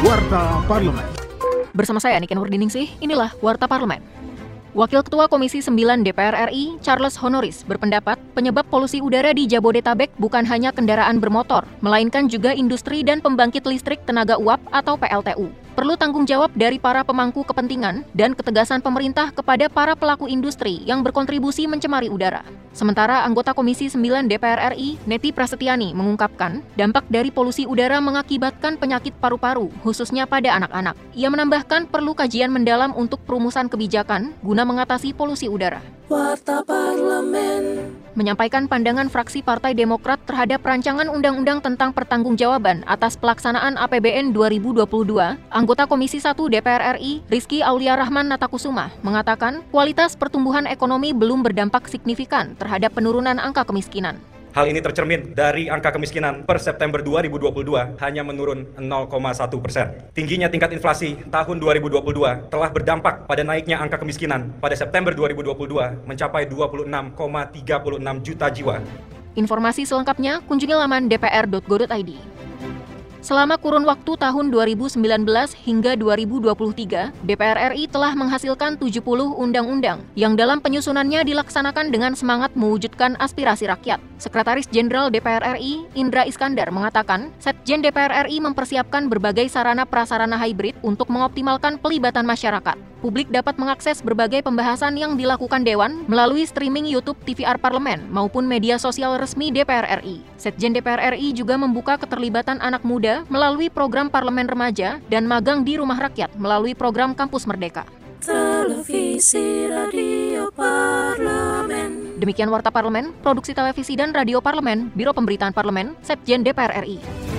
Warta Parlemen. Bersama saya Niken Nurdiningsih, inilah Warta Parlemen. Wakil Ketua Komisi 9 DPR RI, Charles Honoris, berpendapat penyebab polusi udara di Jabodetabek bukan hanya kendaraan bermotor, melainkan juga industri dan pembangkit listrik tenaga uap atau PLTU. Perlu tanggung jawab dari para pemangku kepentingan dan ketegasan pemerintah kepada para pelaku industri yang berkontribusi mencemari udara. Sementara anggota Komisi 9 DPR RI, Neti Prasetyani, mengungkapkan dampak dari polusi udara mengakibatkan penyakit paru-paru, khususnya pada anak-anak. Ia menambahkan perlu kajian mendalam untuk perumusan kebijakan guna mengatasi polusi udara. Warta Parlemen. Menyampaikan pandangan fraksi Partai Demokrat terhadap rancangan undang-undang tentang pertanggungjawaban atas pelaksanaan APBN 2022, anggota Komisi 1 DPR RI, Rizky Aulia Rahman Natakusuma, mengatakan kualitas pertumbuhan ekonomi belum berdampak signifikan terhadap penurunan angka kemiskinan. Hal ini tercermin dari angka kemiskinan per September 2022 hanya menurun 0,1%. Tingginya tingkat inflasi tahun 2022 telah berdampak pada naiknya angka kemiskinan pada September 2022 mencapai 26,36 juta jiwa. Informasi selengkapnya kunjungi laman dpr.go.id. Selama kurun waktu tahun 2019 hingga 2023, DPR RI telah menghasilkan 70 undang-undang yang dalam penyusunannya dilaksanakan dengan semangat mewujudkan aspirasi rakyat. Sekretaris Jenderal DPR RI, Indra Iskandar, mengatakan, Setjen DPR RI mempersiapkan berbagai sarana-prasarana hybrid untuk mengoptimalkan pelibatan masyarakat. Publik dapat mengakses berbagai pembahasan yang dilakukan Dewan melalui streaming YouTube TVR Parlemen maupun media sosial resmi DPR RI. Setjen DPR RI juga membuka keterlibatan anak muda melalui program Parlemen Remaja dan magang di Rumah Rakyat melalui program Kampus Merdeka. Televisi Radio Parlemen. Demikian Warta Parlemen, Produksi Televisi dan Radio Parlemen, Biro Pemberitaan Parlemen, Setjen DPR RI.